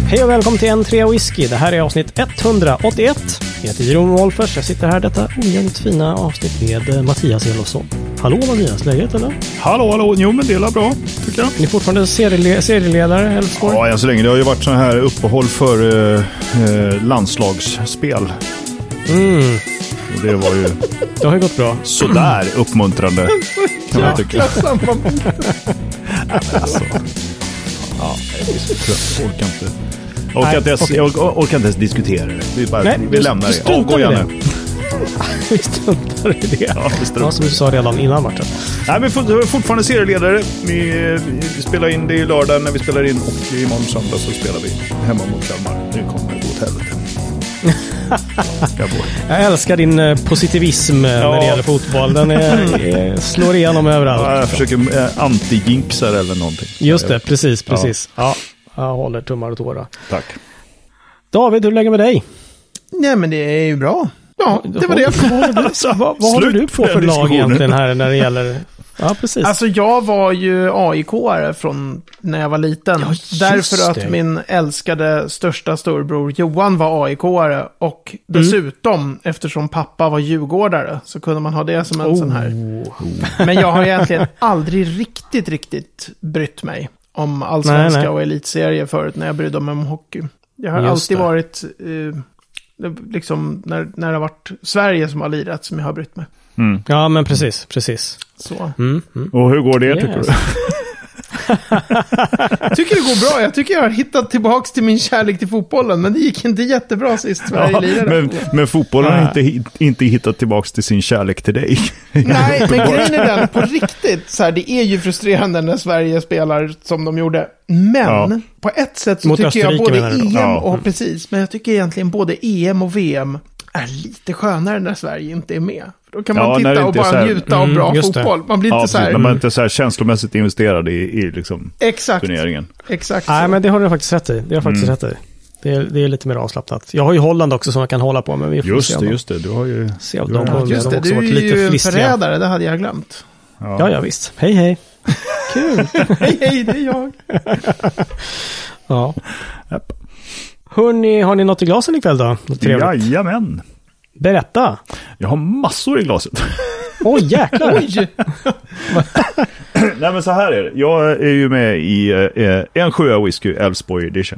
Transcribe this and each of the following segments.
Hej och välkommen till N3 Whisky. Det här är avsnitt 181. Jag heter Jeroen Wolffers. Jag sitter här detta ojämnt fina avsnitt med Mattias Elofsson. Hallå Mattias, läget eller? Hallå. Jo, men det är bra, tycker jag. Ni är fortfarande serieledare, Elfsborg? Ja, så länge. Det har ju varit så här uppehåll för landslagsspel. Och det var ju... Det har ju gått bra. Sådär uppmuntrande, kan man tycka. Alltså. Ja, jag är så trött. Jag orkar inte ens diskutera det. Vi lämnar det. Gå igen nu. Vi struntar i det. Ja, som du sa redan innan matchen. Nej, men fortfarande serieledare. Vi spelar in det i lördag när vi spelar in, och imorgon söndag så spelar vi hemma mot Kalmar. Det kommer gå åt helvete. Jag älskar din positivism när det gäller fotboll. Den slår igenom överallt. Ja, jag försöker anti-jinxa eller någonting. Just det, precis. Ja, jag håller tummar och tårar. Tack. David, hur lägger med dig? Nej, men det är ju bra. Ja, det var det. Vad håller du på för lag egentligen här när det gäller... Ja, precis. Alltså, jag var ju AIK-are från när jag var liten. Ja, därför att min älskade största storbror Johan var AIK-are. Och dessutom, eftersom pappa var djurgårdare, så kunde man ha det som en sån här. Men jag har egentligen aldrig riktigt brytt mig om allsvenska och elitserie förut när jag brydde mig om hockey. Jag har alltid varit... liksom när det har varit Sverige som har lirat som jag har brytt mig. Ja, men precis. Så. Och hur går det, tycker du? Tycker det går bra. Jag tycker jag har hittat tillbaks till min kärlek till fotbollen, men det gick inte jättebra sist Sverige lirade. Men fotbollen har inte hittat tillbaks till sin kärlek till dig. Nej, men grejen är den, på riktigt, så här, det är ju frustrerande när Sverige spelar som de gjorde. Men på ett sätt så mot tycker Österrike, jag både EM och precis, men jag tycker egentligen både EM och VM är lite skönare när Sverige inte är med. Då kan man titta och bara njuta av bra fotboll. Man blir inte så här... när man inte är så här känslomässigt investerad i liksom turneringen. Exakt. Nej, men det har du faktiskt rätt i. Det är lite mer avslappnat. Jag har ju Holland också som jag kan hålla på, men vi får se. Just det. Du har ju... Se om de har just det, också varit du lite är ju flistriga. förrädare, det hade jag glömt. Ja, visst. Hej. Kul. Hej, det är jag. Ja. Hörrni, har ni något i glasen ikväll då? Jajamän. Berätta. Jag har massor i glaset. Oj, jäklar. Oj. Nej, men så här är det. Jag är ju med i en sjö whisky Elfsborg edition.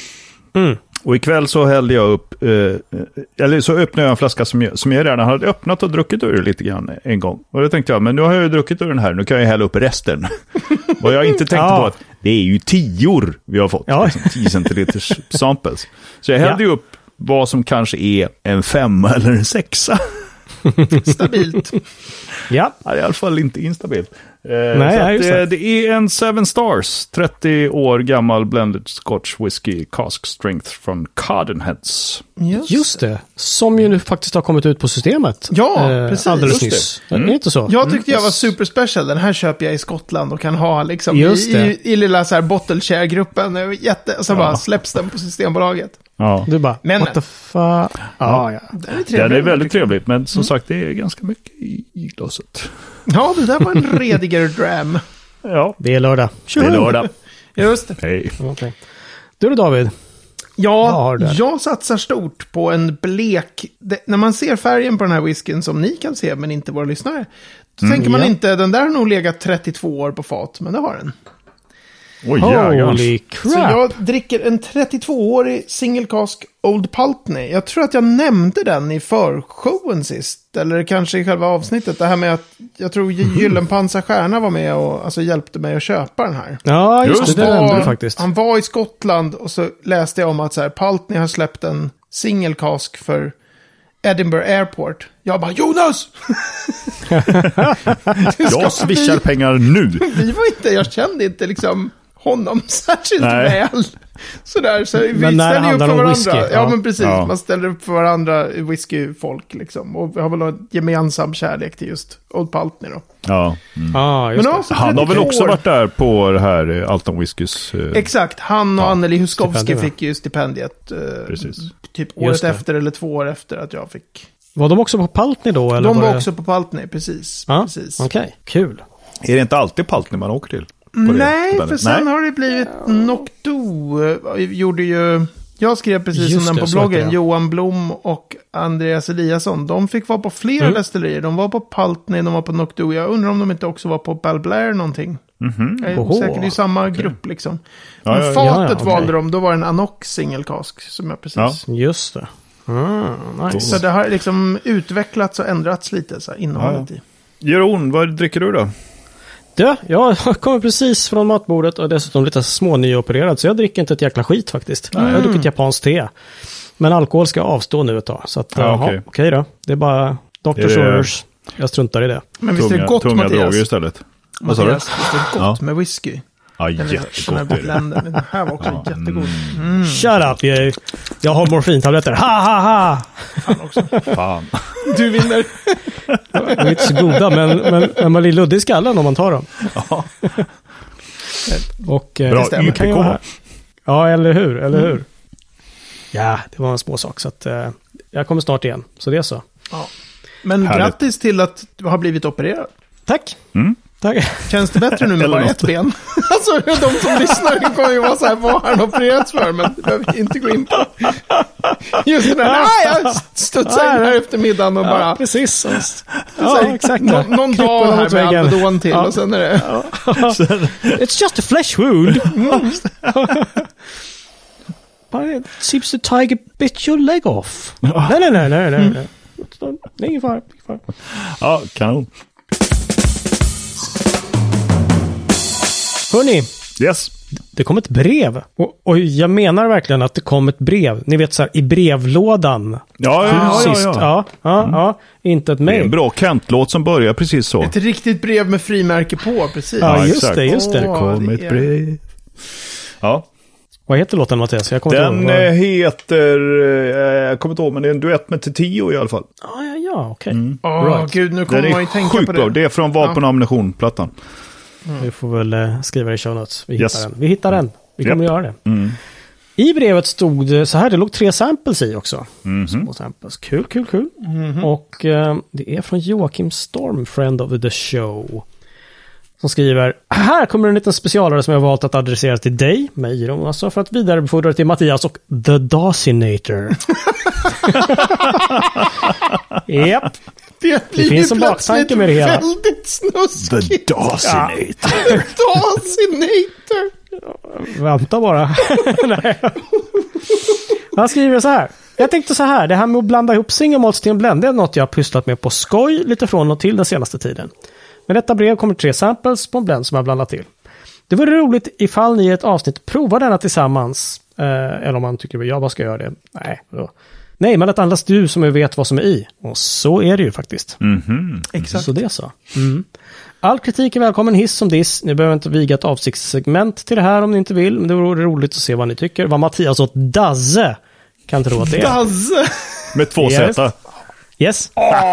Och ikväll så hällde jag upp eller så öppnade jag en flaska som jag redan hade öppnat och druckit ur lite grann en gång. Och då tänkte jag, men nu har jag ju druckit ur den här, nu kan jag hälla upp resten. Och jag inte tänkte på att det är ju 10 vi har fått. Liksom 10 centiliters samples. Så jag hällde ju upp vad som kanske är en 5 eller en 6. Stabilt. Ja. Det är i alla fall inte instabilt. Nej, det är en 7 Stars, 30 år gammal blended Scotch whisky, cask strength från Cardenheads. Just det. Som ju nu faktiskt har kommit ut på systemet. Ja, precis. Alldeles nyss. Är det inte så? Jag tyckte jag var super special. Den här köper jag i Skottland och kan ha liksom i lilla så här bottle share-gruppen. Så bara släpps den på Systembolaget. Ja. Du bara, what the fuck? Ja. Den är väldigt trevligt, men som sagt, det är ganska mycket i glaset. Ja, det där var en redigare dram. Ja. Det är lördag. Det är lördag. Just det. Hej. Okay. Du då, David? Ja, jag satsar stort på en blek... när man ser färgen på den här whiskyn som ni kan se, men inte våra lyssnare, då tänker man inte, den där har nog legat 32 år på fat, men det har den. Holy crap. Så jag dricker en 32-årig single cask Old Pulteney. Jag tror att jag nämnde den i förshowen sist. Eller kanske i själva avsnittet. Det här med att jag tror Gyllenpansa Stjärna var med och alltså, hjälpte mig att köpa den här. Ja, just det nämnde du faktiskt. Han var i Skottland och så läste jag om att så här, Pulteney har släppt en single cask för Edinburgh Airport. Jag bara, Jonas! Jag swishar pengar nu. Jag kände inte liksom honom särskilt väl. Sådär, så vi ställer upp för varandra. Whisky, ja, men precis. Ja. Man ställer upp för varandra whiskyfolk liksom. Och vi har väl en gemensam kärlek till just Old Pulteney då. Ja. Men också, han har väl också varit där på det här Alton Whiskys... Exakt, han och Anneli Huskovski fick ju stipendiet typ året efter eller 2 år efter att jag fick. Var de också på Pulteney då? Eller de var också på Pulteney, precis. Okej, kul. Är det inte alltid Pulteney man åker till? Nej, för sen har det blivit Noctu. Jag skrev precis som den på bloggen. Johan Blom och Andreas Eliasson. De fick vara på flera destillerier. De var på Paltney, de var på Noctu. Jag undrar om de inte också var på Balblair någonting. Jag är säkert, det är ju samma grupp liksom. Men fatet valde de, då var det en Anox single cask som jag precis... Ja, just det. Nice. Så det har liksom utvecklats och ändrats lite så här, innehållet i. Jeroen, vad dricker du då? Jag kommer precis från matbordet och är dessutom lite små nyopererad, så jag dricker inte ett jäkla skit faktiskt. Jag har druckit japanskt te. Men alkohol ska jag avstå nu ett tag. Så att, okej då. Det är bara Dr. Shores. Jag struntar i det. Men visst är det gott, tunga Mattias? droger istället. Mattias, visst är det gott med whisky? Ja, jättegott. Den här var också jättegod. Shut up, jag har morfintabletter. Ha! Fan också. Fan. Du vinner. De är inte så goda, men man blir luddig i skallen om man tar dem. Ja. Och, bra YPK. Ja, eller hur? Ja, det var en små sak. Så att, jag kommer snart igen. Så det är så. Ja. Men grattis till att du har blivit opererad. Tack. Tack. Känns det bättre nu med bara ett ben? Alltså, de som lyssnar kommer ju vara så här, vad har han opererats för? Men det behöver vi inte gå in på. Just det där, jag studsade in här efter middagen och bara... Precis. Exakt. Någon dag här med Alvedon till och sen är det... It's just a flesh wound. But it seems the tiger bit your leg off. Nej. Det är ingen fara. Ja, kanon. Hörrni, yes. Det kom ett brev. Och jag menar verkligen att det kom ett brev. Ni vet så här, i brevlådan. Ja. Inte ett mejl. Det är en bra Kent-låt som börjar precis så. Ett riktigt brev med frimärke på, precis. Ja, just det. Det kom ett brev. Ja. Vad heter låten, Mattias? Jag heter... jag kommer inte ihåg, men det är en duett med Tio i alla fall. Ja, okej. Gud, nu kommer man ju tänka på det. Bra. Det är från Vapen och ammunition-plattan. Vi får väl skriva det i show notes. Vi hittar den. Vi kommer att göra det. I brevet stod det så här, det låg 3 samples i också. Små samples. Kul. Och det är från Joakim Storm, friend of the show. Som skriver, här kommer en liten specialare som jag har valt att adressera till dig, mig då, alltså för att vidarebefordra till Mattias och The Dazinator. Japp. Det finns en baktanke med det hela. Väldigt snuskigt. The Dazinator. Dazinator. Vänta bara. Han skriver så här. Jag tänkte så här, det här med att blanda ihop single malts till en blend är något jag har pysslat med på skoj lite från och till den senaste tiden. Med detta brev kommer 3 samples på en blend som jag blandat till. Det vore roligt ifall ni i ett avsnitt provar denna tillsammans. Eller om man tycker jag bara ska göra det. Nej, men att endast du som vet vad som är i. Och så är det ju faktiskt. Exakt. Så det är så. All kritik är välkommen, hiss som diss. Ni behöver inte viga ett avsiktssegment till det här om ni inte vill. Men det vore roligt att se vad ni tycker. Vad Mattias åt Dazze kan tro att det är. Dazze! Med 2 Z. Yes.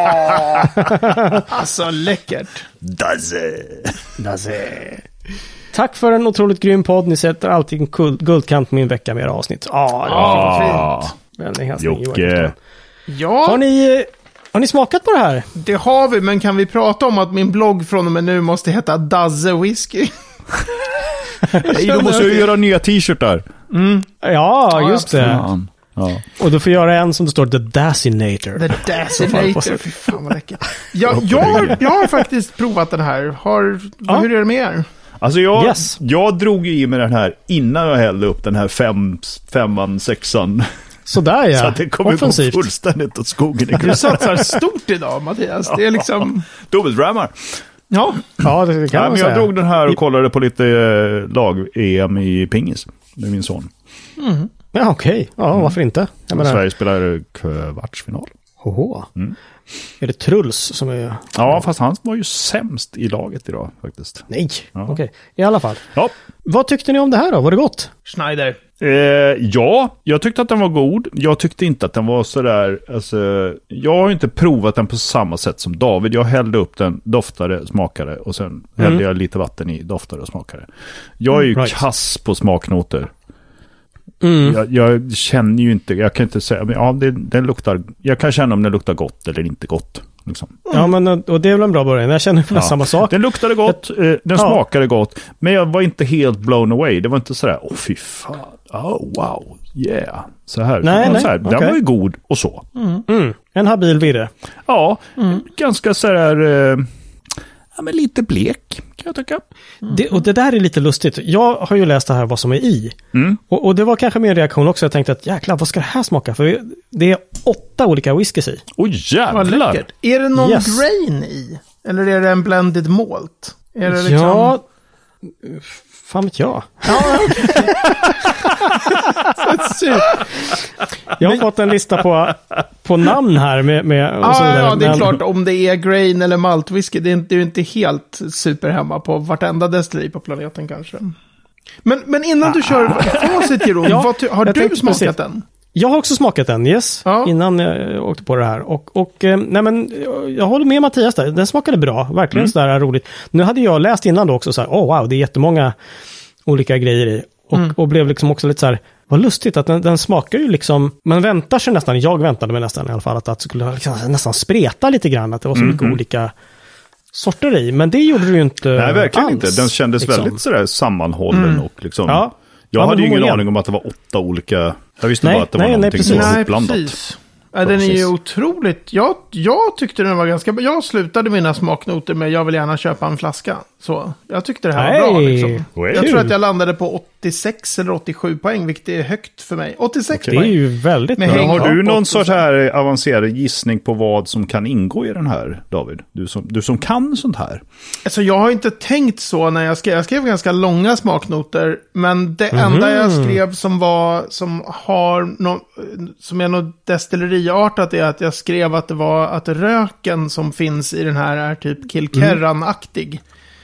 Alltså läckert. Dazze. Tack för en otroligt grym podd. Ni sätter alltid en guldkant på min vecka med era avsnitt. Det var fint. Vänlig hälsning, Jocke. Ja. Har ni smakat på det här? Det har vi, men kan vi prata om att min blogg från och med nu måste heta Dazze Whisky? Nej, då måste jag göra nya t-shirtar. Ja, just det. Fan. Ja. Och du får göra en som det står The Dazinator. The Dazinator, fy fan vad läckert. Jag har faktiskt provat den här. Hur är det med er? Alltså jag drog i med den här innan jag hällde upp den här 5:an, 6:an. Sådär ja. Så att det kommer gå fullständigt åt skogen ikväll. Du satsar stort idag, Mattias. Det är liksom... Dubbeldrammar. Ja, det kan man säga. Jag drog den här och kollade på lite lag-EM i pingis med min son. Ja, okej. Ja, varför inte? Sverige spelar kvartsfinal. Är det Truls som är... Ja, fast han var ju sämst i laget idag faktiskt. Nej, okej. I alla fall. Ja. Vad tyckte ni om det här då? Var det gott? Schneider. Ja, jag tyckte att den var god. Jag tyckte inte att den var sådär... Alltså, jag har inte provat den på samma sätt som David. Jag hällde upp den, doftade, smakade och sen hällde jag lite vatten i, doftade och smakade. Jag är ju kass på smaknoter. Jag känner ju inte, jag kan inte säga, men ja, den luktar, jag kan känna om den luktar gott eller inte gott. Liksom. Ja, men och det är väl en bra början. Jag känner för samma sak. Den luktade gott, den smakade gott, men jag var inte helt blown away. Det var inte sådär, fy fan, wow, yeah. Så här. Nej, så här, den var ju god och så. En habil virre. Ja, ganska sådär, men lite blek kan jag tycka. Och det där är lite lustigt. Jag har ju läst det här vad som är i. Och det var kanske min reaktion också. Jag tänkte att jäklar, vad ska det här smaka? För det är 8 olika whiskys i. Jävlar! Är det någon grain i? Eller är det en blended malt? Är det liksom... Ja, fan vet jag. Jag har fått en lista på namn här med och så vidare. Ja, det är klart. Om det är grain eller maltwhisky, det är ju inte helt superhemma på vartenda destilleri på planeten kanske. Men innan du kör facit, Jeroen, har du smakat den? Jag har också smakat den, innan jag åkte på det här. Och nej, men jag håller med Mattias där. Den smakade bra, verkligen sådär roligt. Nu hade jag läst innan då också så här, wow, det är jättemånga olika grejer i. Och blev liksom också lite så här, vad lustigt att den smakar ju liksom, man väntar sig nästan, jag väntade mig nästan i alla fall att det skulle liksom nästan spreta lite grann, att det var så mycket olika sorter i, men det gjorde det ju inte. Nej, verkligen alls, inte. Den kändes liksom väldigt sådär sammanhållen och liksom, jag hade ju ingen aning om att det var 8 olika, jag visste bara att det var någonting som var uppblandat. Precis. Ja, den är ju otroligt. Jag tyckte den var ganska bra. Jag slutade mina smaknoter med jag vill gärna köpa en flaska. Så jag tyckte det här var bra. Liksom. Jag tror att jag landade på 86 eller 87 poäng, vilket är högt för mig. 86 poäng. Det är ju väldigt bra. Har du någon sorts här avancerad gissning på vad som kan ingå i den här, David? Du som kan sånt här. Alltså jag har inte tänkt så när jag skrev ganska långa smaknoter, men det enda jag skrev som är något destilleriartat är att jag skrev att det var att röken som finns i den här är typ Kilkerran-aktig.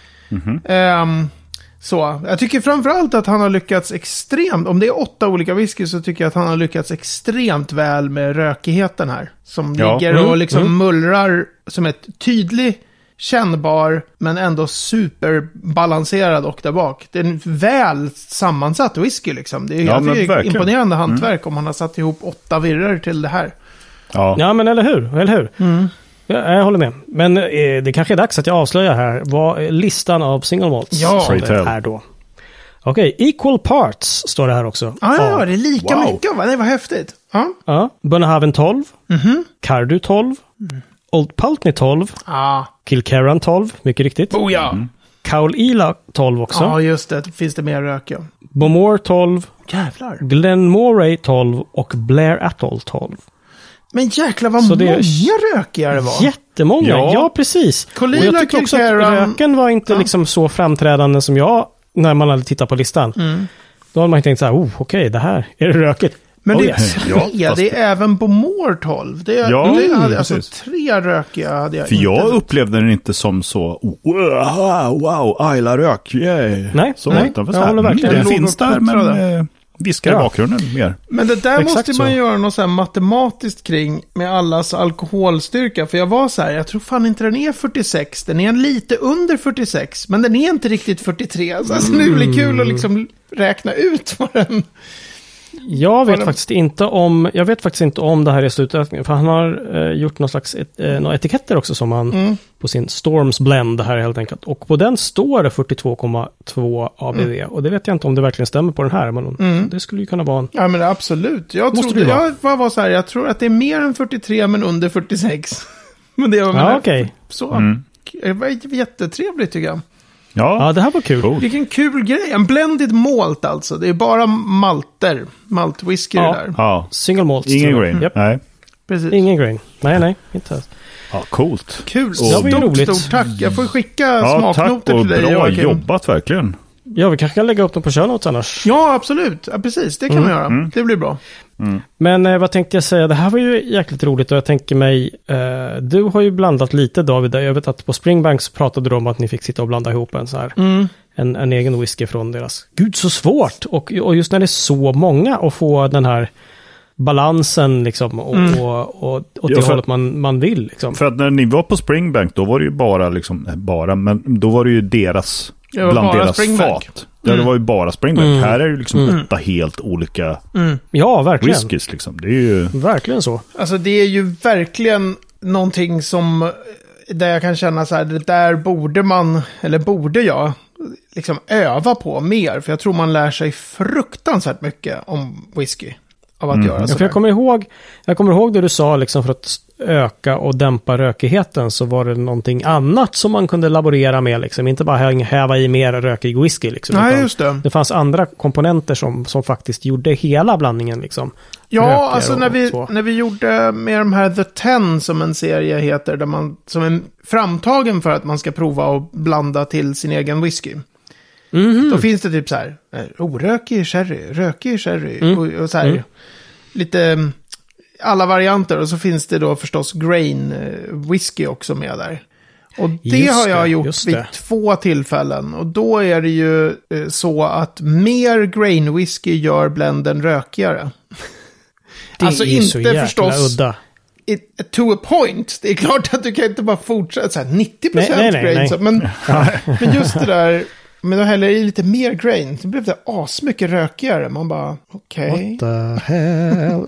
Så, jag tycker framförallt att han har lyckats extremt, om det är 8 olika whisky så tycker jag att han har lyckats extremt väl med rökigheten här. Som ligger och liksom mullrar som ett tydlig, kännbar, men ändå superbalanserad och där bak. Det är en väl sammansatt whisky liksom. Det är imponerande hantverk om man har satt ihop 8 virrer till det här. Ja, men eller hur? Jag håller med. Men det kanske är dags att jag avslöjar här vad listan av single malts är då. Okej, equal parts står det här också. Ja, det är lika mycket. Det var häftigt. Ja, Bunnahabhain 12, Cardu 12, Old Pulteney 12, Kilkerran 12, mycket riktigt. Caol Ila 12 också. Ja, just det. Finns det mer rök, Bowmore 12, jävlar. Glenmoray 12 och Blair Atoll 12. Men jäklar vad många rökiga det var. Jättemånga, ja precis. Och jag tycker också att röken var inte liksom så framträdande som jag när man hade tittat på listan. Då hade man tänkt så här, okej, det här, är det rökigt? Men det är det är även Bowmore 12. Det hade alltså 3 rökiga hade jag. För jag upplevde den inte som så wow, Isla rök. Yeah. Nej, så jag håller verkligen. Det finns där, men viskar i bakgrunden mer. Men det där måste man göra något så här matematiskt kring med allas alkoholstyrka. För jag var så här, jag tror fan inte den är 46. Den är lite under 46, men den är inte riktigt 43. Alltså nu blir det kul att liksom räkna ut vad den... Jag vet faktiskt inte om det här är slutökningen. För han har gjort någon slags några etiketter också som han på sin Storms Blend här helt enkelt. Och på den står det 42,2 ABV. Och det vet jag inte om det verkligen stämmer på den här. Men det skulle ju kunna vara en... Ja, men absolut. Jag tror att det är mer än 43 men under 46. Men det var okej. Så. Det var jättetrevligt tycker jag. Ja, det här var kul. Vilken kul grej. En blended malt alltså. Det är bara maltwhisky där. Ja. Single malt. Ingen grain. Nej. Precis. Ingen grain. Nej, inte. Ja, coolt. Kul. Stort tack. Jag får skicka smaknoter till dig. Bra jobbat verkligen. Ja, vi kanske kan lägga upp dem på show notes annars. Ja, absolut. Ja, precis. Det kan man göra. Det blir bra. Men vad tänkte jag säga? Det här var ju jäkligt roligt och jag tänker mig, du har ju blandat lite, David. Jag vet att på Springbanks pratade du om att ni fick sitta och blanda ihop en så här en egen whisky från deras. Gud, så svårt! Och just när det är så många att få den här balansen liksom och det hållet man vill liksom. För att när ni var på Springbank då var det ju bara men då var det ju bland deras fat. Ja, det var ju bara Springbank. Här är det liksom 8 helt olika ja, verkligen. whiskys liksom. Det är ju... Verkligen så. Alltså det är ju verkligen någonting som, där jag kan känna så här, det där borde jag liksom öva på mer. För jag tror man lär sig fruktansvärt mycket om whisky av att göra så. Ja, för jag kommer ihåg det du sa liksom, för att öka och dämpa rökigheten, så var det någonting annat som man kunde laborera med liksom. Inte bara häva i mer rökig whisky liksom. Nej, just det. Det fanns andra komponenter som faktiskt gjorde hela blandningen liksom. Ja, alltså när vi gjorde med de här The 10 som en serie heter, där man som är framtagen för att man ska prova och blanda till sin egen whisky. Då finns det typ så här rökig sherry och så här lite alla varianter, och så finns det då förstås grain whisky också med där. Och det har jag gjort vid 2 tillfällen, och då är det ju så att mer grain whisky gör blenden rökigare. Det alltså är inte så jäkla förstås udda. To a point. Det är klart att du kan inte bara fortsätta så här 90% grain. Nej. Så, men just det där, men då häller i lite mer grain, så blev det asmycket rökigare. Man bara, okej. What the hell?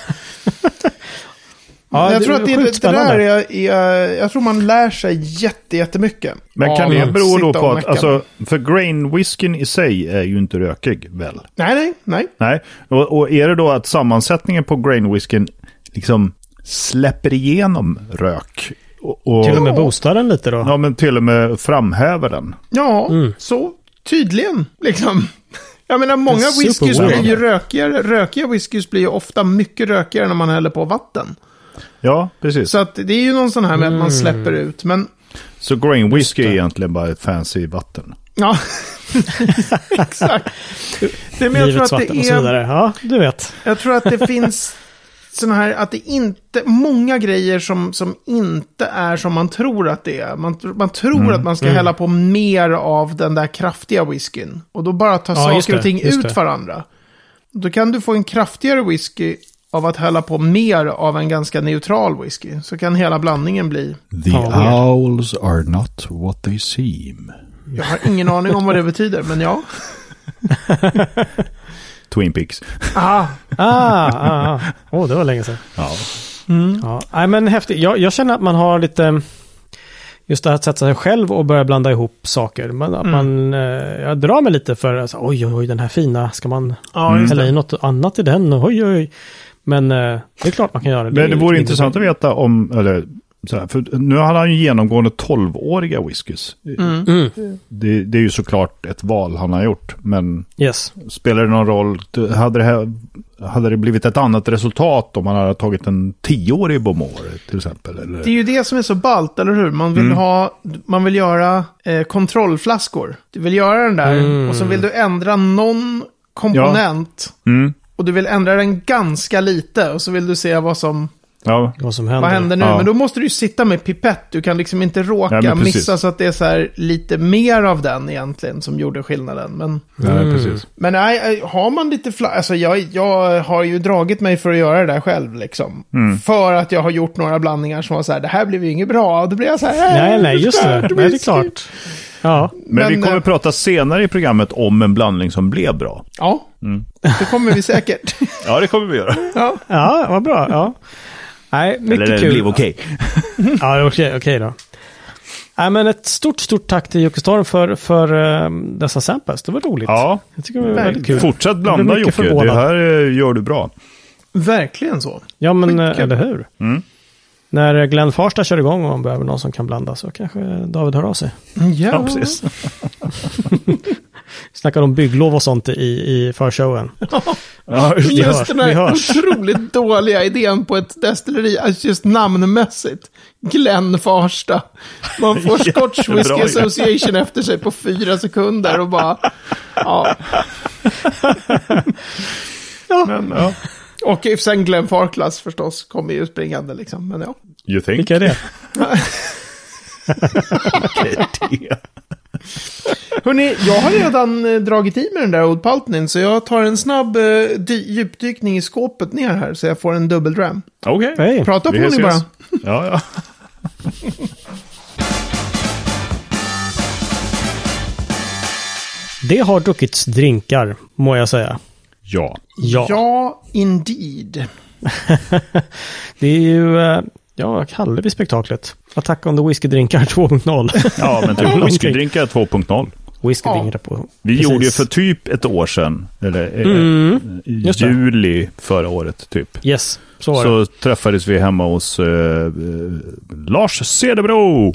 Ja, jag tror att det där jag tror man lär sig jättemycket. Men kan det bero då på att, alltså, för grain whiskyn i sig är ju inte rökig, väl? Nej. Och är det då att sammansättningen på grain whiskyn liksom släpper igenom rök? Och till och med boostar den lite då? Ja, men till och med framhäver den. Ja, så tydligen liksom. Jag menar, många whiskys blir ju rökigare. Rökiga whiskys blir ju ofta mycket rökigare när man häller på vatten. Ja, precis. Så att det är ju någon sån här med att man släpper ut. Men... Så grain whisky är egentligen bara ett fancy vatten. Ja, exakt. Livets vatten och så vidare. Ja, du vet. Jag tror att det finns såna här, att det inte, många grejer som inte är som man tror att det är. Man tror att man ska hälla på mer av den där kraftiga whiskyn. Och då bara ta saker och ting ut varandra. Då kan du få en kraftigare whisky av att hälla på mer av en ganska neutral whisky. Så kan hela blandningen bli... The owls are not what they seem. Jag har ingen aning om vad det betyder, men ja. Twin Peaks. Det var länge sedan. Ja. Ja. Nej, men häftigt. Jag känner att man har lite... Just det här att sätta sig själv och börja blanda ihop saker. Jag drar mig lite för alltså, oj, den här fina. Ska man hälla i något annat i den? Oj. Men det är klart man kan göra det. Men det vore intressant att veta om... Eller, så här, för nu har han ju genomgående 12-åriga whiskys. Det är ju såklart ett val han har gjort. Men spelar det någon roll? Hade det blivit ett annat resultat om man hade tagit en 10-årig Bowmore till exempel? Eller? Det är ju det som är så ballt, eller hur? Man vill göra kontrollflaskor. Du vill göra den där och så vill du ändra någon komponent. Och du vill ändra den ganska lite och så vill du se vad som händer. Vad händer nu? Men då måste du ju sitta med pipett. Du kan liksom inte råka missa så att det är så här lite mer av den egentligen som gjorde skillnaden. Men, precis. Men nej, har man lite alltså jag har ju dragit mig för att göra det där själv liksom. För att jag har gjort några blandningar som var så här, det här blev ju inget bra. Då blir jag så här, nej, just det. Det är klart. Ja. Men vi kommer prata senare i programmet om en blandning som blev bra. Ja, det kommer vi säkert. Ja, det kommer vi göra. Ja, vad bra. Ja. Nej, mycket eller kul. Blev okej. Ja, det är okej då. Nej, men ett stort tack till Jocke Storm för dessa samples. Det var roligt. Ja. Jag tycker det var väldigt kul. Fortsätt blanda, Jocke. Det här gör du bra. Verkligen så. Ja, men eller hur? När Glenn Farsta kör igång och man behöver någon som kan blanda så kanske David hör av sig. Ja, precis. Snackar om bygglov och sånt i förshowen. Ja, just den här otroligt dåliga idén på ett destilleri, just namnmässigt. Glenn Farsta. Man får Scotch Whisky Association efter sig på 4 sekunder och bara... Ja. Men, ja. Och sen Glenn Farklas förstås kommer ju springande liksom. Men ja. You think? Vilka är det? Hörrni, jag har redan dragit i med den där Old Paltnin, så jag tar en snabb djupdykning i skåpet ner här så jag får en dubbeldram. Okej. Hey. Prata på ni bara. Ja. Det har druckits drinkar, må jag säga. Ja, indeed. Det är ju, kallar vi spektaklet. Attack on the Whiskey-drinkar 2.0. Ja, men typ whiskydrinkar 2.0. Whiskydrinkar på. Vi gjorde ju för typ ett år sedan, eller juli förra året typ. Yes, så var det. Så träffades vi hemma hos Lars Cederbro.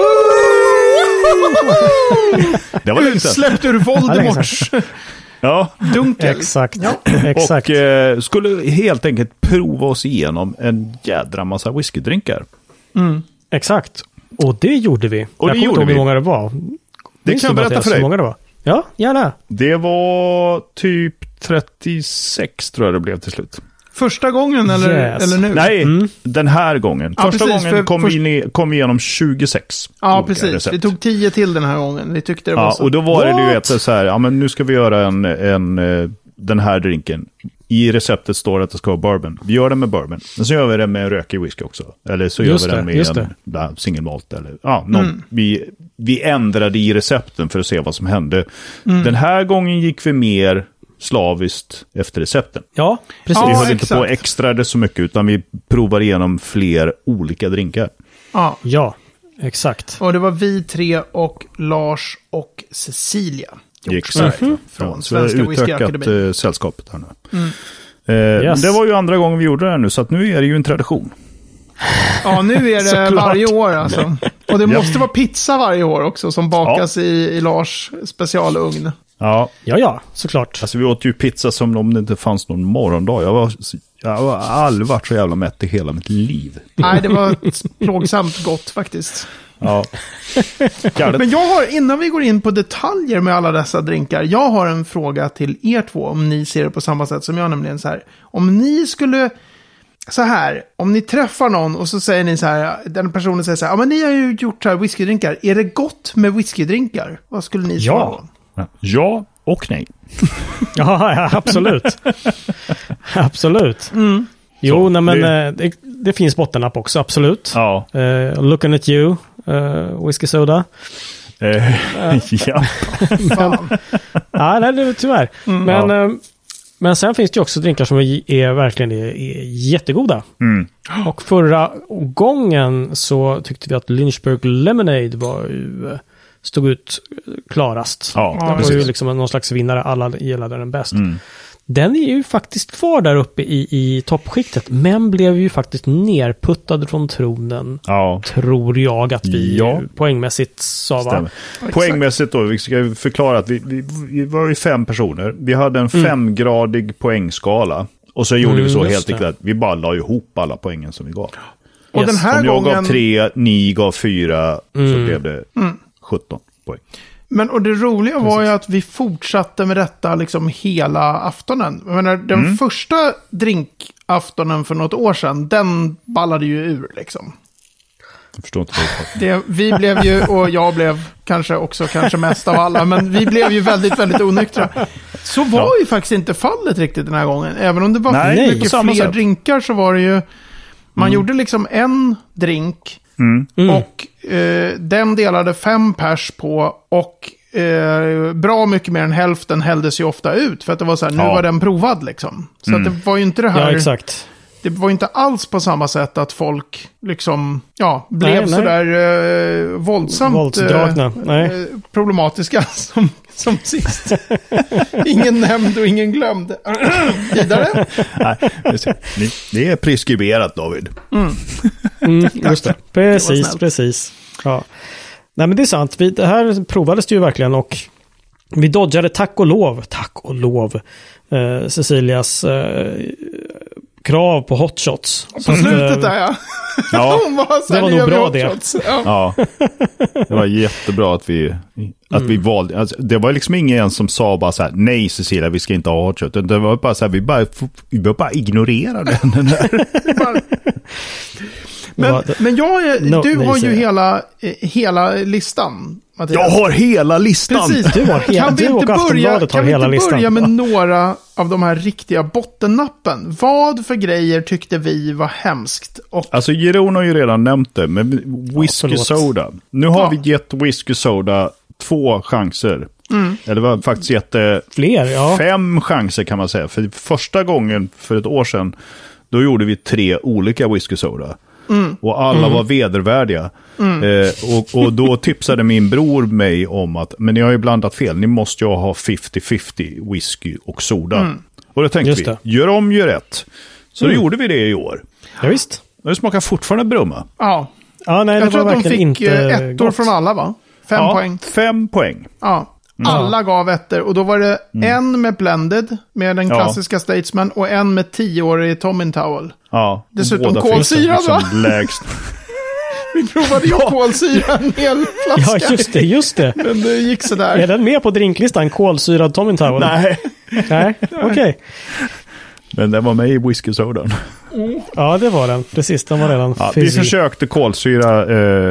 Det var lite. Släppte ur Voldemorts. Ja, dunkel. Exakt. Ja. Exakt. Och skulle helt enkelt prova oss igenom en jädra massa whiskydrinkar. Exakt. Och det gjorde vi. Och jag kommer inte ihåg hur många det var. Det kan jag berätta för dig. Många det var. Ja, gärna. Det var typ 36 tror jag det blev till slut. Första gången eller nu? Nej, den här gången. Första gången kom vi igenom 26. Ja, precis. Recept. Vi tog 10 till den här gången. Vi tyckte det var så. Och då var det ju ett så här, ja men nu ska vi göra den här drinken. I receptet står att det ska vara bourbon. Vi gör den med bourbon. Men så gör vi den med rökig whisky också. Eller så gör vi den med en single malt. Eller, vi ändrade i recepten för att se vad som hände. Den här gången gick vi mer slaviskt efter recepten. Ja, precis. Vi höll inte på extra det så mycket, utan vi provar igenom fler olika drinkar. Ja, exakt. Och det var vi 3 och Lars och Cecilia. Exakt. Från Svenska Whiskyakademin. Utökat sällskapet här nu. Det var ju andra gången vi gjorde det här nu, så att nu är det ju en tradition. Ja, nu är det varje år alltså. Och det måste vara pizza varje år också som bakas i Lars specialugn. Ja, såklart. Alltså vi åt ju pizza som om det inte fanns någon morgondag. Jag har aldrig varit så jävla mätt i hela mitt liv. Nej, det var plågsamt gott faktiskt. Ja. Men jag har, innan vi går in på detaljer med alla dessa drinkar, jag har en fråga till er två, om ni ser det på samma sätt som jag, nämligen så här. Om ni skulle, så här, om ni träffar någon och så säger ni så här, den personen säger så här, ja men ni har ju gjort så här whiskydrinkar, är det gott med whiskydrinkar? Vad skulle ni svara? Ja och nej. Ja, absolut. Absolut. Jo, nej, men det finns bottennapp också, absolut. Ja. Looking at you, whisky soda. Ja. Nej, det tyvärr. Men sen finns det ju också drinkar som verkligen är jättegoda. Och förra gången så tyckte vi att Lynchburg Lemonade stod ut klarast. Ja, det var ju liksom någon slags vinnare, alla gillade den bäst. Den är ju faktiskt kvar där uppe i toppskiktet, men blev ju faktiskt nerputtad från tronen. Tror jag att vi poängmässigt sa, va? Poängmässigt då, vi ska förklara att vi var ju 5 personer. Vi hade en 5-gradig poängskala. Och så gjorde vi så helt enkelt att vi bara la ihop alla poängen som vi gav. Och den här om jag gången... gav 3, ni gav 4, så blev det 17 poäng. Men och det roliga var ju att vi fortsatte med detta liksom hela aftonen. Jag menar, den första drinkaftonen för något år sedan, den ballade ju ur liksom. Jag förstår inte vi blev ju, och jag blev kanske mest av alla, men vi blev ju väldigt, väldigt onyktra. Så var ju faktiskt inte fallet riktigt den här gången. Även om det var mycket fler drinkar så var det ju, man gjorde liksom en drink och den delade 5 pers på, och bra mycket mer än hälften hälldes ju ofta ut, för att det var så här, nu var den provad liksom. Så att det var ju inte det här. Ja, exakt. Det var inte alls på samma sätt att folk liksom, blev sådär våldsamt problematiska som sist. Ingen nämnd och ingen glömd. Vidare. Nej, det är preskriberat, David. Just det. Precis. Ja. Nej, men det är sant. Det här provades det ju verkligen, och vi dodgade tack och lov Cecilias krav på hotshots. På slutet där, hon var det var nog bra det. Ja. Det var jättebra att vi valde. Alltså, det var liksom ingen som sa bara så här: nej Cecilia, vi ska inte ha hotshot. Det var bara så här, vi bara ignorera den här. Men du har ju hela listan, Mattias. Jag har hela listan. Precis. Kan vi inte börja med några av de här riktiga bottennappen? Vad för grejer tyckte vi var hemskt? Alltså Jeroen har ju redan nämnt det, men whisky soda. Nu har vi gett whisky soda 2 chanser. Eller var faktiskt fler, 5 chanser kan man säga. För första gången för ett år sedan, då gjorde vi 3 olika whisky soda. Och alla var vedervärdiga. Och då tipsade min bror mig om att, men ni har ju blandat fel, ni måste ju ha 50-50 whisky och soda. Och då tänkte vi, gör om, gör rätt. Så då gjorde vi det i år. Ja, visst. Det smakar fortfarande brumma. Ja. Nej, jag tror att de fick ettor från alla, va? 5 poäng. 5 poäng. Ja. Alla gav ettor. Och då var det en med blended, med den klassiska Statesman, och en med 10-årig Tommy Towel. Ja. Dessutom kolsyrad, va? Lägst. Vi provade ju kolsyra en hel flaska. Ja, just det. Men det gick sådär. Är den med på drinklistan? Kolsyrad Tommy Towel? Nej, okej. Men den var med i whisky-sodan. Ja, det var den. Precis, den var redan vi försökte kolsyra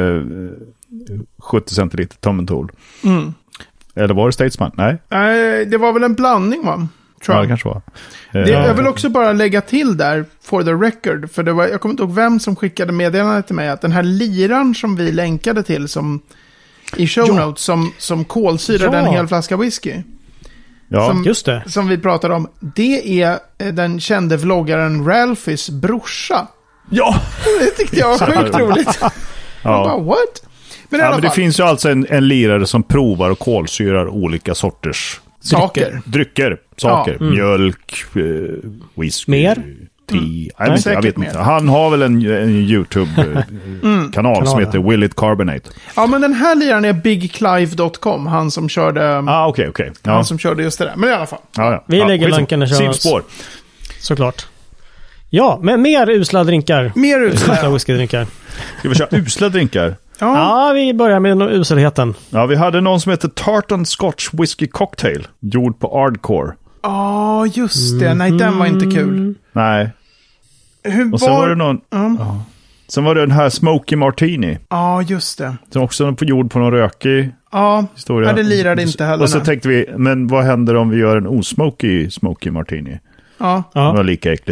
70 centiliter Tommy Towel. Eller var det Statesman? Nej, det var väl en blandning, va? Tror jag. Ja, det kanske var. Jag vill också bara lägga till där, for the record, för jag kommer inte ihåg vem som skickade meddelandet till mig, att den här liran som vi länkade till som i show notes, som kolsyrade en hel flaska whisky. Ja, just det. Som vi pratade om, det är den kände vloggaren Ralphys brorsa. Ja! Det tyckte jag var sjukt roligt. Bara, what? Men det finns ju alltså en lirare som provar och kolsyrar olika sorters drycker. Mjölk, whisky, te. Jag vet inte. Han har väl en YouTube-kanal som heter Will It Carbonate. Ja, men den här liraren är BigClive.com. Han som körde okej. Han som körde just det där. Men i alla fall. Vi lägger länken i Simspår. Såklart. Ja, men mer usla drinkar. Mer usla whiskydrinkar. Ska vi köra usla drinkar? Ja, vi börjar med uselheten. Ja, vi hade någon som heter Tartan Scotch Whisky Cocktail, gjord på Hardcore. Ja, just det. Nej, den var inte kul. Nej. Och sen var det någon... Sen var det den här Smoky Martini. Ja, just det. Som också var gjord på någon rökig historia. Ja, det lirade inte heller. Och så tänkte vi, men vad händer om vi gör en osmoky Smoky Martini? Ja. Den var lika äcklig.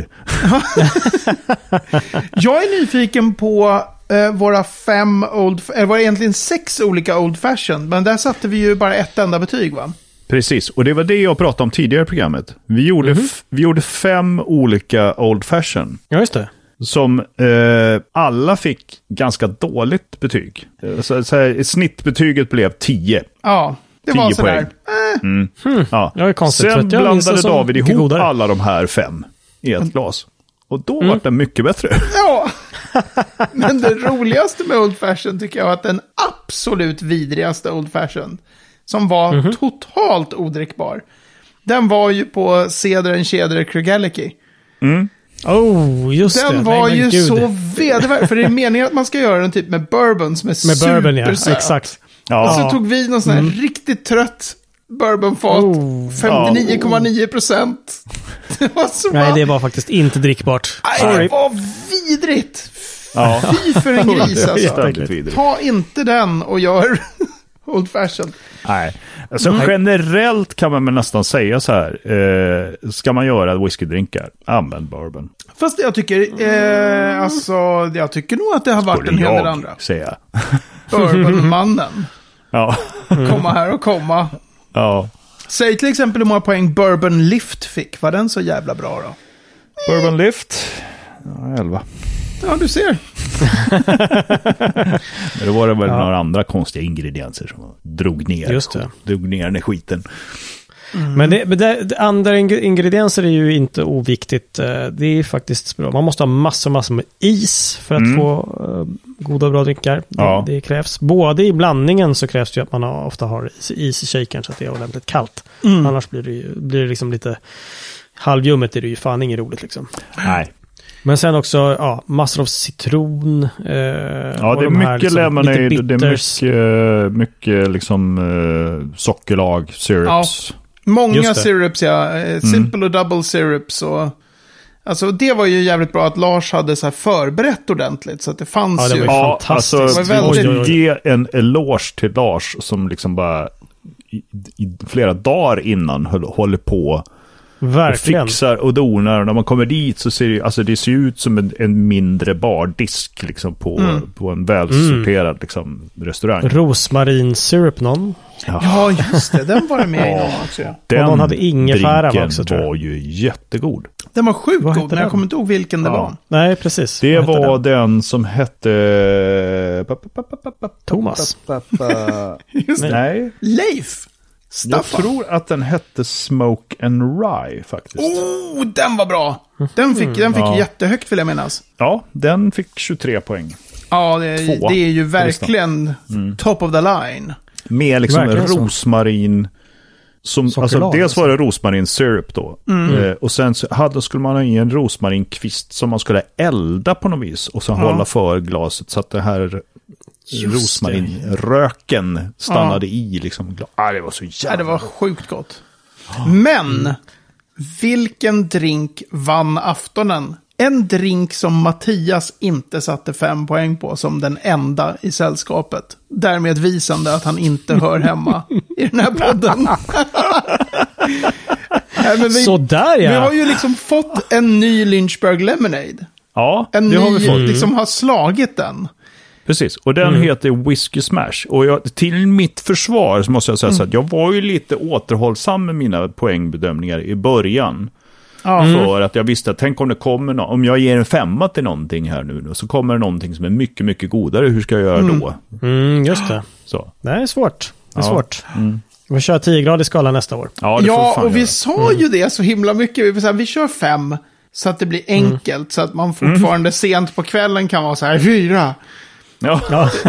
Jag är nyfiken på våra 5 var egentligen 6 olika Old Fashioned, men där satte vi ju bara ett enda betyg, va? Precis, och det var det jag pratade om tidigare i programmet. Vi gjorde 5 olika Old Fashioned. Ja, just det. Som alla fick ganska dåligt betyg. Så snittbetyget blev 10. Ja, det var sådär. Ja. Det är konstigt. Sen blandade David ihop alla de här 5 i ett glas. Och då var det mycket bättre. Ja, men det roligaste med Old Fashioned tycker jag var att den absolut vidrigaste Old Fashioned, som var totalt odrickbar, den var ju på Cedar & Cedar Craigellachie. Just det. Den var ju så vedervärd, för det är meningen att man ska göra den typ med bourbon som är supersöt. Bourbon, ja. Exakt. Och så tog vi någon sån här riktigt trött bourbonfat, 59,9%. Det var så det var faktiskt inte drickbart. Nej, det var vidrigt. Fy för en gris alltså. Ta inte den och gör Old Fashioned. Nej, alltså generellt kan man nästan säga så här. Ska man göra whiskydrinkar, använd bourbon. Fast jag tycker, jag tycker nog att det har varit en hel del andra. Säga. Bourbonmannen. Komma här och komma. Ja. Säg till exempel hur många poäng Bourbon Lift fick. Var den så jävla bra då? Bourbon Lift? 11. Ja, du ser. Men då var det väl några andra konstiga ingredienser som drog ner. Just det. Drog ner den i skiten. Men det andra ingredienser är ju inte oviktigt. Det är faktiskt bra. Man måste ha massor med is för att få goda och bra drinkar. Det krävs. Både i blandningen så krävs det ju att man ofta har is i shakern så att det är ordentligt kallt. Annars blir det liksom lite halvljummet, är det ju fan inget roligt liksom. Nej. Men sen också, massor av citron. Det är mycket liksom, lemonade, det är mycket liksom sockerlag, syrups. Ja, många syrups, simple och double syrups. Och, alltså det var ju jävligt bra att Lars hade så här förberett ordentligt. Så att det fanns det var fantastiskt. Alltså, det var väldigt... ge en eloge till Lars som liksom bara i flera dagar innan håller på Verkligen. Och fixar och donar. Och när man kommer dit så ser det ser ut som en mindre bardisk liksom, på en välsorterad liksom, restaurang. Rosmarinsyrup någon. Ja, just det. Den var det med i någon också. Den och någon hade ingefära också, tror jag. Var ju jättegod. Den var sjukt god, men jag kommer inte ihåg vilken det var. Nej, precis. Det var den som hette... Thomas. Just det. Nej. Leif. Staffan. Jag tror att den hette Smoke and Rye faktiskt. Den var bra. Den fick jättehögt, vill jag minnas. Ja, den fick 23 poäng. Ja, det är ju verkligen top of the line. Med liksom rosmarin. Alltså, dels var det rosmarinsyrup då. Och sen skulle man ha i en rosmarinkvist som man skulle elda på något vis. Och så hålla för glaset så att det här rosmarinröken stannade i. Liksom. Det var så jävla... det var sjukt gott. Men vilken drink vann aftonen? En drink som Mattias inte satte 5 poäng på som den enda i sällskapet. Därmed visande att han inte hör hemma i den här podden. Sådär, ja. Vi har ju liksom fått en ny Lynchburg Lemonade. Ja, det har vi fått. Liksom har slagit den. Precis, och den heter Whiskey Smash. Och till mitt försvar så måste jag säga så att jag var ju lite återhållsam med mina poängbedömningar i början. För att jag visste att tänk om det kommer om jag ger en 5 till någonting här nu så kommer det någonting som är mycket, mycket godare. Hur ska jag göra då? Just det. Så. Det är svårt. Det är svårt. Vi kör 10-gradig skala nästa år. Ja, och vi sa ju det så himla mycket. Vi kör 5 så att det blir enkelt. Så att man fortfarande sent på kvällen kan vara så här 4. Ja.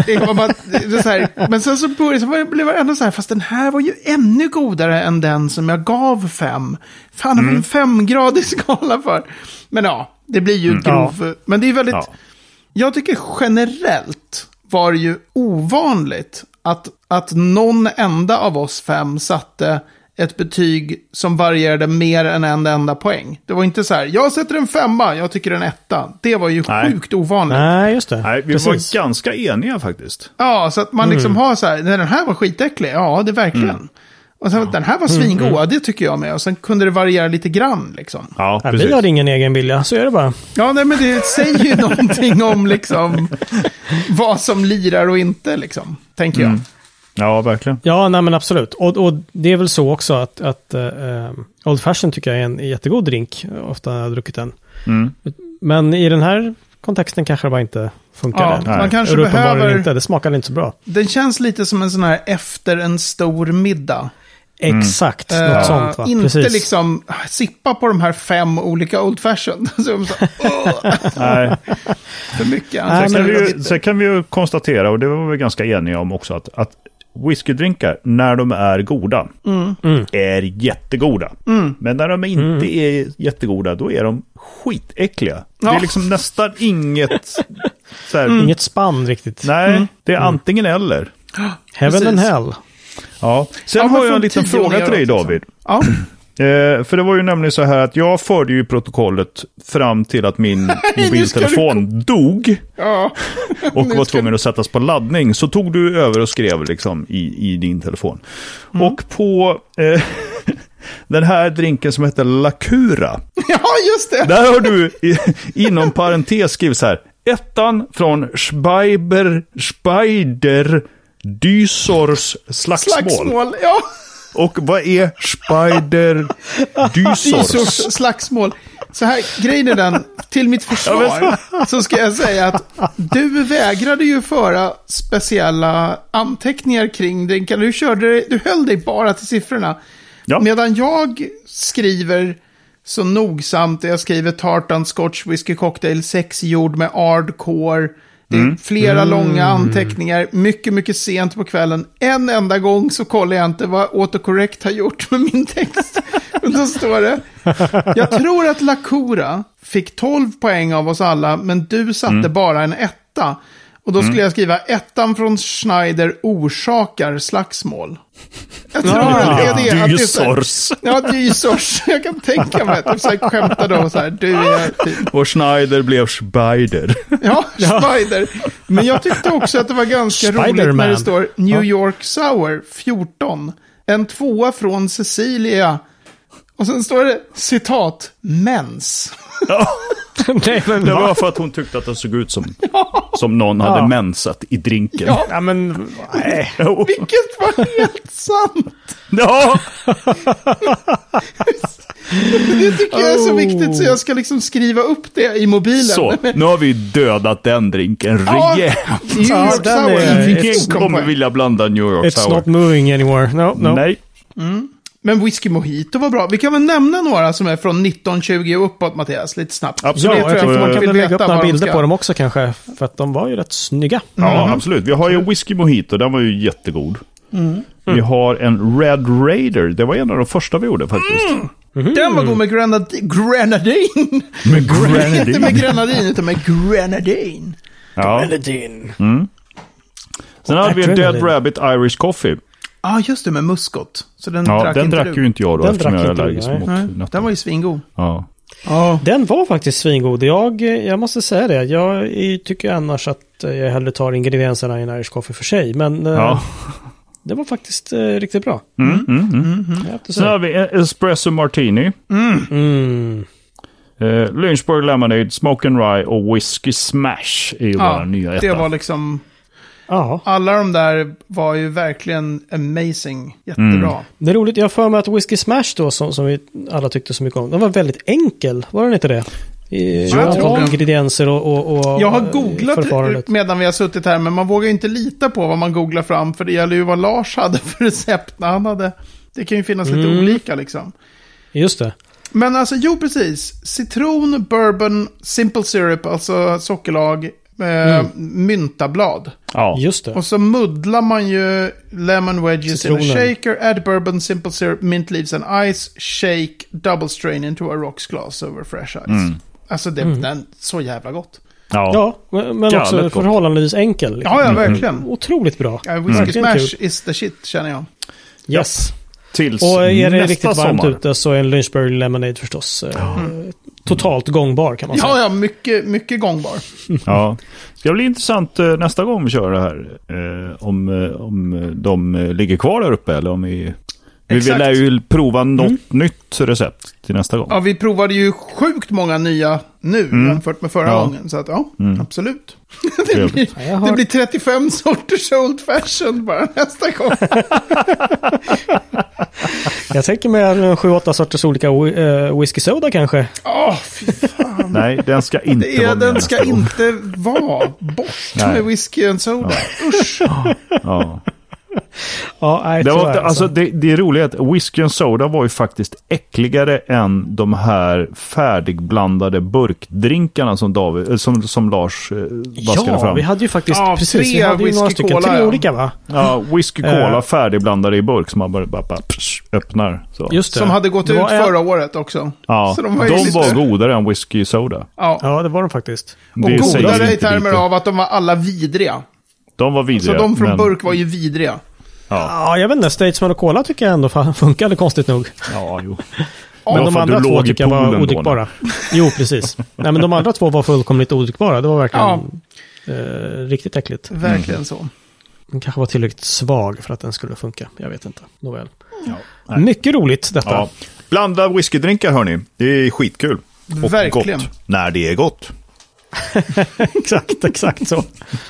Men sen så blev det ändå så här, fast den här var ju ännu godare än den som jag gav 5. Fan, det var en 5-gradig skala för. Men det blir ju grov. Men det är väldigt... Jag tycker generellt var det ju ovanligt att någon enda av oss 5 satte ett betyg som varierade mer än en enda poäng. Det var inte så här, jag sätter en 5, jag tycker en 1. Det var ju sjukt ovanligt. Nej, just det. Nej, vi var ganska eniga faktiskt. Ja, så att man liksom har så här, den här var skitäcklig, ja det är verkligen. Och sen den här var svingod, det tycker jag med. Och sen kunde det variera lite grann liksom. Ja, precis. Vi har ingen egen vilja, så är det bara. Ja, nej, men det säger ju någonting om liksom vad som lirar och inte liksom, tänker jag. Ja, verkligen. Ja, nej men absolut. Och det är väl så också att Old Fashion tycker jag är en jättegod drink. Ofta har jag druckit den. Men i den här kontexten kanske det bara inte funkar. Ja, man kanske behöver... Inte. Det smakar inte så bra. Den känns lite som en sån här efter en stor middag. Exakt, något sånt va? Inte precis. liksom sippa på de här 5 olika Old Fashion. Nej. För mycket. Sen kan vi ju konstatera, och det var vi ganska eniga om också, att whiskydrinkar, när de är goda, är jättegoda. Men när de inte är jättegoda, då är de skitäckliga. Det är liksom nästan inget... Så här, inget spann riktigt. Nej, det är antingen eller. Heaven and hell. Ja. Sen har jag en liten fråga till dig, David. Ja. För det var ju nämligen så här att jag förde ju protokollet fram till att min mobiltelefon dog. Ja. Och var tvungen att sättas på laddning. Så tog du över och skrev liksom i din telefon. Och på den här drinken som heter Lacura. Ja, just det. Där har du inom parentes skrivit så här: 1 från Spider Dysors slagsmål. Ja. Och vad är Spider Dysors slagsmål? Så här, grejen är den, till mitt försvar så ska jag säga att du vägrade ju föra speciella anteckningar kring drinken. Du höll dig bara till siffrorna. Ja. Medan jag skriver så nogsamt, jag skriver tartan, scotch, whisky, cocktail, 6 gjord med hardcore. Det är flera långa anteckningar, mycket, mycket sent på kvällen. En enda gång så kollar jag inte vad autocorrect har gjort med min text. Och då står det: jag tror att Lacura fick 12 poäng av oss alla, men du satte bara en 1. Och då skulle jag skriva 1 från Schneider orsakar slagsmål. Jag tror att det är det. Dysors. Ja, Dysors. Jag kan tänka mig att jag skämtade om så här. Du är typ. Och Schneider blev Spider. Ja, Spider. Men jag tyckte också att det var ganska roligt när det står New York Sour 14. En 2 från Cecilia Och sen står det, citat, mens. Ja. Nej, men Det var för att hon tyckte att det såg ut som någon hade mensat i drinken. Ja, men nej. Vilket var helt sant. Ja. Det tycker jag är så viktigt så jag ska liksom skriva upp det i mobilen. Så, nu har vi dödat den drinken rejält. New York den Sour. är- Ingen kommer vilja blanda New York It's Sour. not moving anymore. No. Nej. Men whisky mojito var bra. Vi kan väl nämna några som är från 1920 och uppåt, Mattias, lite snabbt. Absolut. Ja, Så det jag tror tycker jag man folk kan vill lägga upp veta några vad de bilder ska- på dem också kanske. För att de var ju rätt snygga. Ja, absolut. Vi har ju whisky mojito, den var ju jättegod. Vi har en Red Raider, det var en av de första vi gjorde faktiskt. Den var god med grenadin. Med grenadine. Inte med grenadin, utan med grenadin. Ja. Sen hade vi en Dead Rabbit Irish Coffee. Ja, just det, med muskot. Så den Ja, drack den inte drack du. ju inte jag då Den eftersom drack jag är inte du, allergisk nej. mot Nej, nötter. den var ju svingod. Ja. Ja. Den var faktiskt svingod. Jag måste säga det. Jag tycker annars att jag hellre tar ingredienserna i en Irish coffee för sig. Men Ja. det var faktiskt riktigt bra. Jag har Sen att säga. har vi en Espresso Martini. Lynchburg Lemonade, Smoke and Rye och Whiskey Smash är ju våra nya etta. det var liksom... Ja. Alla de där var ju verkligen amazing. Jättebra. Det är roligt. Jag har för mig att Whiskey Smash då, som vi alla tyckte så mycket om, den var väldigt enkel. Var den inte det? Jag tror det. Ingredienser och Jag har googlat förfarandet. medan vi har suttit här, men man vågar ju inte lita på vad man googlar fram, för det gäller ju vad Lars hade för recept när han hade... Det kan ju finnas lite olika liksom. Just det. Men alltså, jo precis. Citron, bourbon, simple syrup, alltså sockerlag, myntablad. Ja. Just det. Och så muddlar man ju lemon wedges in a Citronen. shaker, add bourbon, simple syrup, mint leaves and ice, shake, double strain into a rocks glass over fresh ice. Alltså den så jävla gott. Ja. Ja, men Galet också gott. förhållandevis enkel. Liksom. Ja, verkligen. Otroligt bra. Ja, Whiskey Verkligen Smash kul. is the shit, känner jag. Yes. Tills Och är det nästa riktigt varmt sommar. ute så är en Lynchburg Lemonade förstås totalt gångbar kan man säga. Ja, mycket gångbar. Ja. Det ska bli intressant nästa gång vi kör det här. Om de ligger kvar där uppe eller om vi vill ju prova något nytt recept till nästa gång. Ja, vi provade ju sjukt många nya nu jämfört med förra gången. Så att absolut. det blir 35 sorters old fashion bara nästa gång. Jag tänker med 7-8 sorters olika whisky soda kanske. Fy fan. Nej, den ska inte vara med Den nästa ska gång. inte vara bort med whisky and soda. Usch. Ja. Ja, nej, Det, var, tyvärr, alltså, det är roligt att whisky and soda var ju faktiskt äckligare än de här färdigblandade burkdrinkarna som Lars vaskade fram. Ja, vi hade ju faktiskt precis, vi tre hade ju några whisky stycken, cola, 3 ja. olika va? Ja, whisky cola färdigblandade i burk som man bara öppnar. Så. Just det. Som hade gått Det ut var förra året också. Ja, Så de var ju lite- var godare än whisky soda. Ja. Ja, det var de faktiskt. Och Det säger godare i inte termer lite. av att de var alla vidriga. De var vidriga. Så de från men- burk var ju vidriga. Ja, jag vet inte. Statesman och Cola tycker jag ändå funkade konstigt nog. Ja, jo. Men var de för att andra du två låg i tycker jag var poolen då, odrickbara. Jo, precis. Nej, men de andra två var fullkomligt odrickbara. Det var verkligen riktigt äckligt. Verkligen så. Den kanske var tillräckligt svag för att den skulle funka. Jag vet inte. Nåväl. Ja. Mycket roligt detta. Ja. Blanda whiskydrinkar hörni. Det är skitkul. Och Verkligen. gott. När det är gott. exakt så.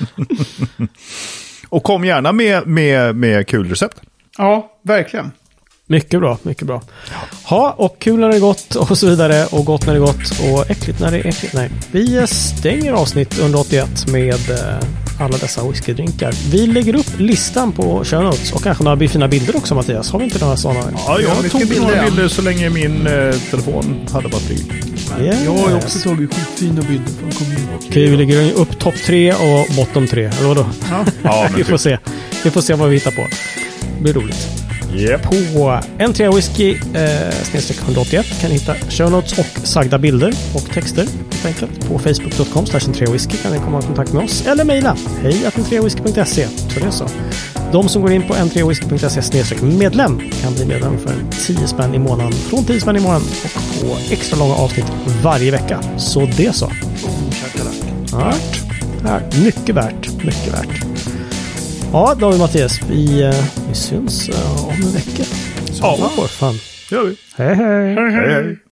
Och kom gärna med kul recept. Ja, verkligen. Mycket bra, mycket bra. Ja, och kul när det är gott och så vidare. Och gott när det är gott och äckligt när det är äckligt. Nej, vi stänger avsnitt 181 med alla dessa whiskydrinkar. Vi lägger upp listan på show notes och kanske några fina bilder också, Mattias. Har vi inte några sådana? Ja, jag mycket tog bilder, några ja. bilder så länge min telefon hade batteri. Yes. Jag har ju också tagit skitfina bilder från kommunen. Okej, vi lägger upp topp 3 och bottom 3. Eller vadå? Ja, men Vi får se. Vi får se vad vi hittar på. Det blir roligt. Yep. På N3 Whisky /181 kan ni hitta show notes och sagda bilder och texter helt enkelt. På facebook.com/n3whisky kan ni komma i kontakt med oss eller mejla hej@n3whisky.se. Så det är så. De som går in på n3whisky.se/medlem kan bli medlem för 10 spänn i månaden, från 10 spänn i månaden och få extra långa avsnitt varje vecka. Så det är så. Ja, mycket värt. Mycket värt. Ja, David Mattias, vi syns om en vecka. Ja. Fan. gör vi. Hej hej. Hej hej.